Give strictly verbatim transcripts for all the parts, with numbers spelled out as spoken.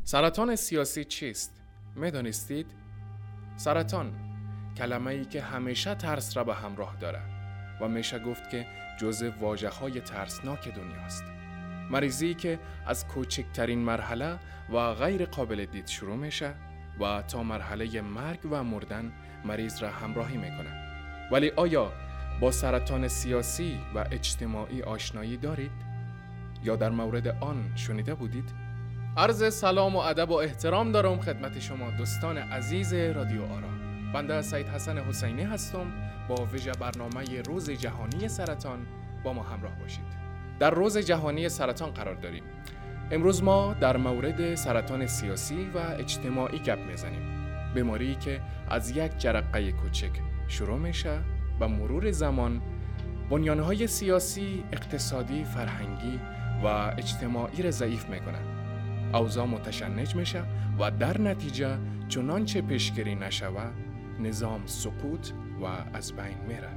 سرطان سیاسی چیست؟ میدانستید؟ سرطان کلمه‌ای که همیشه ترس را به همراه داره و میشه گفت که جزء واژه‌های ترسناک دنیاست. مریضی که از کوچکترین مرحله و غیر قابل دید شروع میشه و تا مرحله مرگ و مردن مریض را همراهی میکنه. ولی آیا با سرطان سیاسی و اجتماعی آشنایی دارید؟ یا در مورد آن شنیده بودید؟ عرض سلام و ادب و احترام دارم خدمت شما دوستان عزیز رادیو آرا. بنده سید حسن حسینی هستم. با ویژه برنامه روز جهانی سرطان با ما همراه باشید. در روز جهانی سرطان قرار داریم. امروز ما در مورد سرطان سیاسی و اجتماعی گپ میزنیم. بیماری که از یک جرقه کوچک شروع میشه و مرور زمان بنیانهای سیاسی، اقتصادی، فرهنگی و اجتماعی را ضعیف میکنه. اوضاع متشنج میشه و در نتیجه چنانچه پیشگیری نشوه نظام سقوط و از بین میره.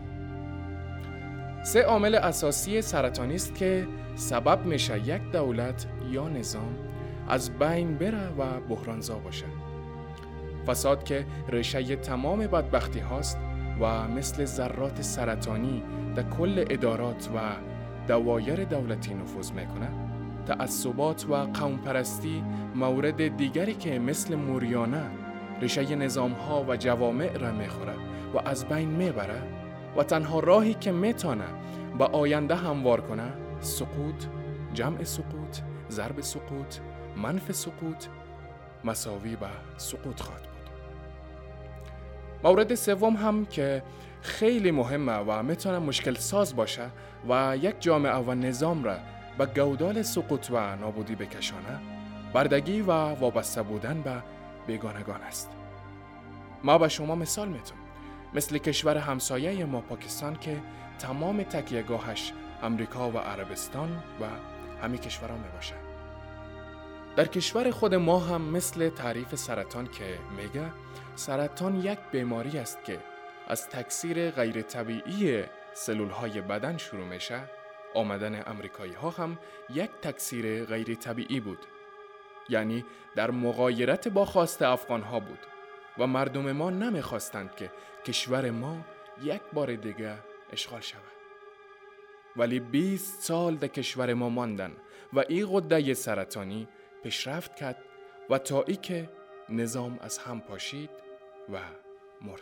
سه عامل اساسی سرطانی است که سبب میشه یک دولت یا نظام از بین بره و بحرانزا باشه. فساد که ریشه تمام بدبختی هاست و مثل ذرات سرطانی در کل ادارات و دوایر دولتی نفوذ میکنه. تعصبات و قوم پرستی مورد دیگری که مثل موریانه ریشه نظام ها و جوامع را میخوره و از بین میبره و تنها راهی که میتونه به آینده هموار کنه سقوط، جمع سقوط، ضرب سقوط، منف سقوط مساوی به سقوط خواهد بود. مورد سوم هم که خیلی مهمه و میتونه مشکل ساز باشه و یک جامعه و نظام را به گودال سقوط و نابودی بکشانه، بردگی و وابسته بودن به بیگانگان است. ما به شما مثال میتونم مثل کشور همسایه ما پاکستان که تمام تکیهگاهش امریکا و عربستان و همین کشورها میباشه. در کشور خود ما هم مثل تعریف سرطان که میگه سرطان یک بیماری است که از تکثیر غیر طبیعی سلول های بدن شروع میشه. آمدن امریکایی ها هم یک تکثیر غیر طبیعی بود، یعنی در مغایرت با خواست افغان ها بود و مردم ما نمیخواستند که کشور ما یک بار دیگه اشغال شود. ولی بیست سال در کشور ما ماندن و این غده سرطانی پیشرفت کرد و تا ای که نظام از هم پاشید و مرد.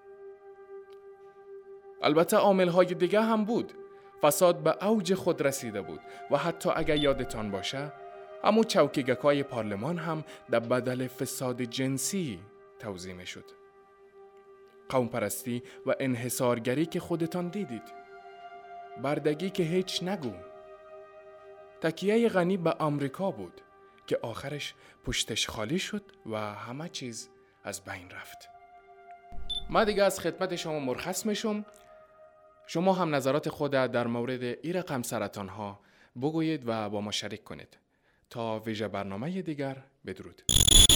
البته عامل های دیگه هم بود. فساد به اوج خود رسیده بود و حتی اگر یادتان باشه همون چوکیگکای پارلمان هم در بدل فساد جنسی توزیع می شد. قوم پرستی و انحصارگری که خودتان دیدید. بردگی که هیچ نگو. تکیه غنی به آمریکا بود که آخرش پشتش خالی شد و همه چیز از بین رفت. ما دیگه از خدمت شما مرخص میشم. شما هم نظرات خود در مورد این رقم سرطان ها بگویید و با ما شریک کنید. تا ویژه برنامه دیگر بدرود.